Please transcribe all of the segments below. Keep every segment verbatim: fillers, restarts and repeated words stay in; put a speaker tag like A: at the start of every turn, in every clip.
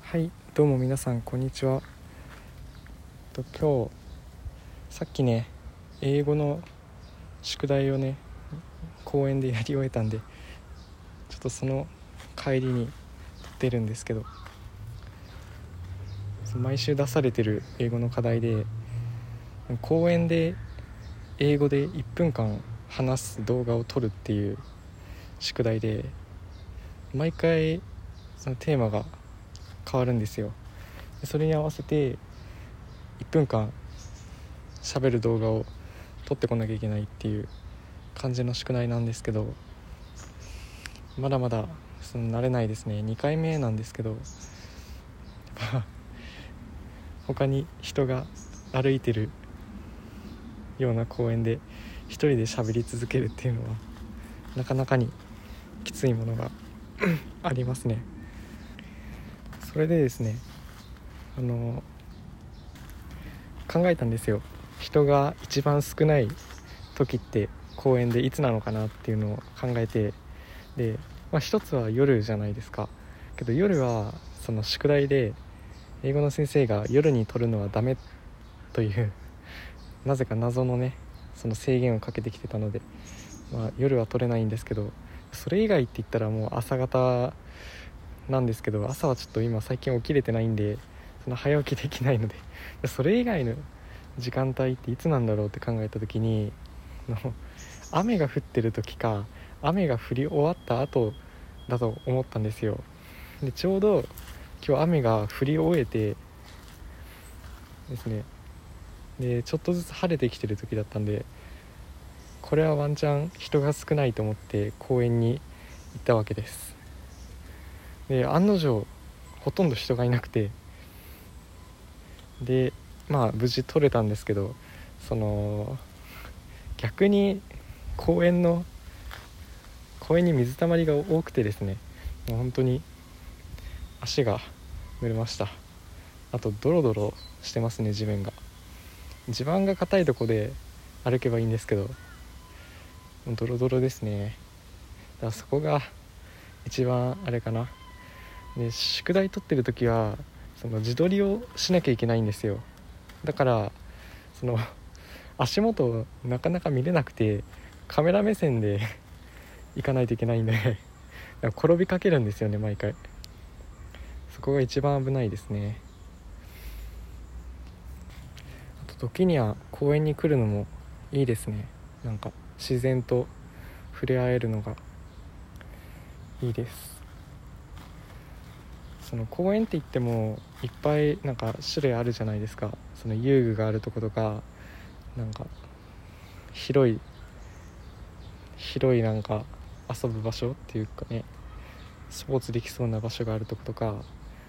A: はい、どうも皆さんこんにちは。と今日さっきね英語の宿題をね公園でやり終えたんで、ちょっとその帰りに撮ってるんですけど、毎週出されてる英語の課題で、公園で英語でいっぷんかん話す動画を撮るっていう宿題で、毎回そのテーマが変わるんですよ。それに合わせていっぷんかん喋る動画を撮ってこなきゃいけないっていう感じの宿題なんですけど、まだまだその慣れないですね。にかいめなんですけど他に人が歩いてるような公園で一人で喋り続けるっていうのはなかなかにきついものがありますね。それでですね、あの考えたんですよ。人が一番少ない時って公園でいつなのかなっていうのを考えて、で、まあ、一つは夜じゃないですか。けど夜はその宿題で英語の先生が夜に撮るのはダメというなぜか謎のねその制限をかけてきてたので、まあ、夜は撮れないんですけど、それ以外って言ったらもう朝方なんですけど、朝はちょっと今最近起きれてないんでその早起きできないので、それ以外の時間帯っていつなんだろうって考えた時に、雨が降ってる時か雨が降り終わった後だと思ったんですよ。でちょうど今日雨が降り終えてですね、でちょっとずつ晴れてきてる時だったんで、これはワンチャン人が少ないと思って公園に行ったわけです。で案の定ほとんど人がいなくて、でまあ無事撮れたんですけど、その逆に公園の公園に水たまりが多くてですね、もう本当に足が濡れました。あとドロドロしてますね。地面が地盤が硬いとこで歩けばいいんですけど、ドロドロですね。だからそこが一番あれかな。で宿題取ってる時はその自撮りをしなきゃいけないんですよ。だからその足元をなかなか見れなくて、カメラ目線で行かないといけないんで転びかけるんですよね、毎回。そこが一番危ないですね。あと時には公園に来るのもいいですね。なんか自然と触れ合えるのがいいです。その公園って言ってもいっぱいなんか種類あるじゃないですか。その遊具があるとことか、なんか広い広いなんか遊ぶ場所っていうかね、スポーツできそうな場所があるとことか、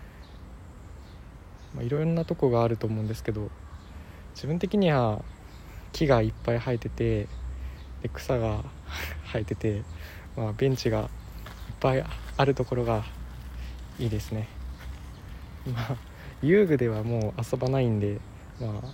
A: まあ、いろんなとこがあると思うんですけど、自分的には木がいっぱい生えてて、で草が生えてて、まあ、ベンチがいっぱいあるところがいいですね。まあ遊具ではもう遊ばないんで、まあ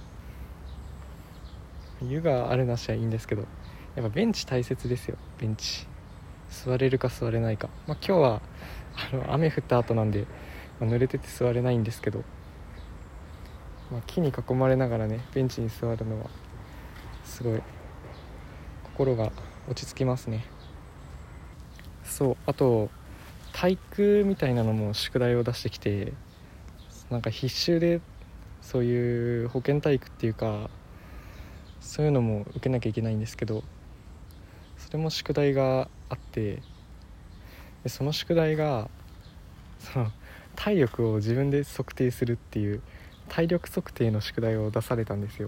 A: 湯があるなしはいいんですけど、やっぱベンチ大切ですよ。ベンチ座れるか座れないか、まあ、今日はあの雨降った後なんで、まあ、濡れてて座れないんですけど、まあ、木に囲まれながらねベンチに座るのはすごい心が落ち着きますね。そう、あと体育みたいなのも宿題を出してきて、なんか必修でそういう保健体育っていうかそういうのも受けなきゃいけないんですけど、それも宿題があって、でその宿題がその体力を自分で測定するっていう体力測定の宿題を出されたんですよ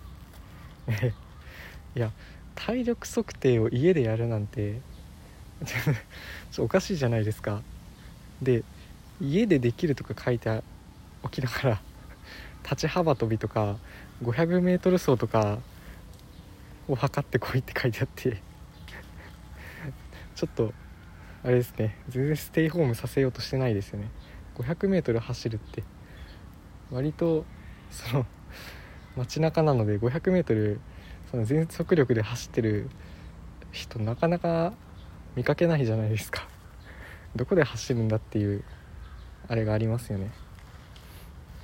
A: いや体力測定を家でやるなんてちょっとおかしいじゃないですか。で家でできるとか書いておきながら立ち幅跳びとか ごひゃくメートル 走とかを測ってこいって書いてあってちょっとあれですね、全然ステイホームさせようとしてないですよね。 ごひゃくメートル 走るって割とその街中なので ごひゃくメートル その全速力で走ってる人なかなか見かけないじゃないですか。どこで走るんだっていうあれがありますよね。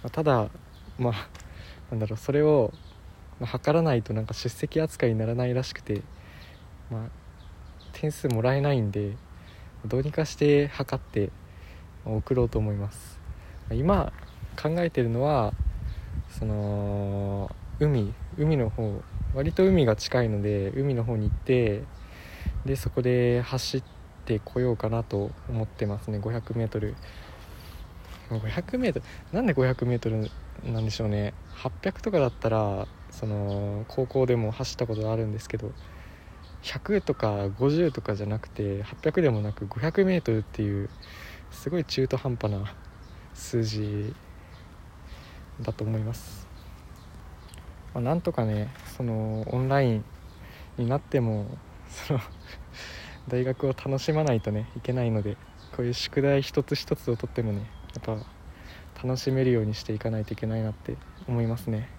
A: あ、ただまあなんだろう、それを、まあ、測らないとなんか出席扱いにならないらしくて、まあ、点数もらえないんでどうにかして測って送ろうと思います。今考えてるのはその海海の方、割と海が近いので海の方に行って、でそこで走ってこようかなと思ってますね。 ごひゃくメートル ごひゃくメートルなんで ごひゃくメートル なんでしょうね。はっぴゃくとかだったらその高校でも走ったことあるんですけど、ひゃくとかごじゅうとかじゃなくてはっぴゃくでもなく ごひゃくメートル っていうすごい中途半端な数字だと思います。まあ、なんとかねそのオンラインになってもその大学を楽しまないとねいけないので、こういう宿題一つ一つをとってもねやっぱ楽しめるようにしていかないといけないなって思いますね。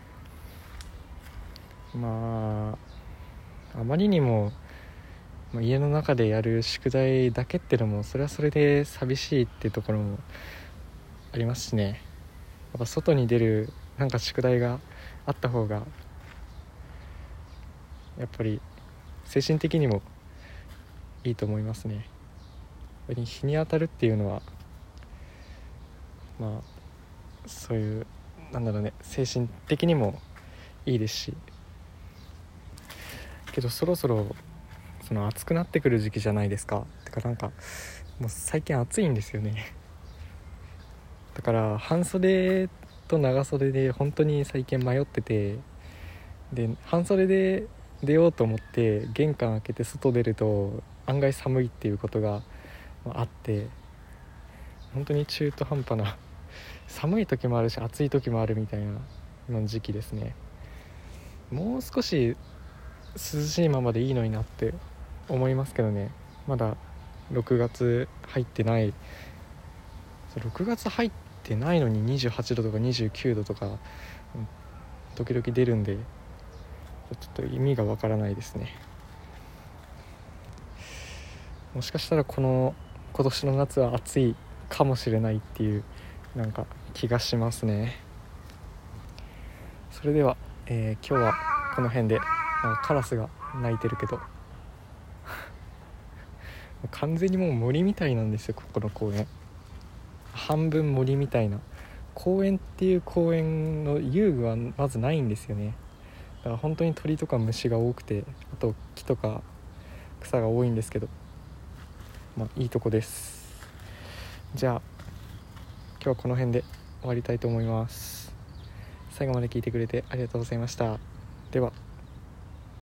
A: まああまりにもまあ家の中でやる宿題だけってのもそれはそれで寂しいってところもありますしね。やっぱ外に出るなんか宿題があった方がやっぱり精神的にもいいと思いますね。やっぱり日に当たるっていうのはまあそういうなんだろうね、精神的にもいいですし、けどそろそろその暑くなってくる時期じゃないですか。てかなんかもう最近暑いんですよね。だから半袖と長袖で本当に最近迷ってて、で半袖で出ようと思って玄関開けて外出ると案外寒いっていうことがあって、本当に中途半端な寒い時もあるし暑い時もあるみたいな時期ですね。もう少し涼しいままでいいのになって思いますけどね。まだろくがつ入ってない、ろくがつ入ってないのににじゅうはちどとかにじゅうきゅうどとか時々出るんで、ちょっと意味がわからないですね。もしかしたらこの今年の夏は暑いかもしれないっていうなんか気がしますね。それでは、えー、今日はこの辺で、カラスが鳴いてるけど完全にもう森みたいなんですよ、ここの公園。半分森みたいな公園っていう公園の遊具はまずないんですよね。だから本当に鳥とか虫が多くて、あと木とか草が多いんですけど、まあいいとこです。じゃあ今日はこの辺で終わりたいと思います。最後まで聞いてくれてありがとうございました。では。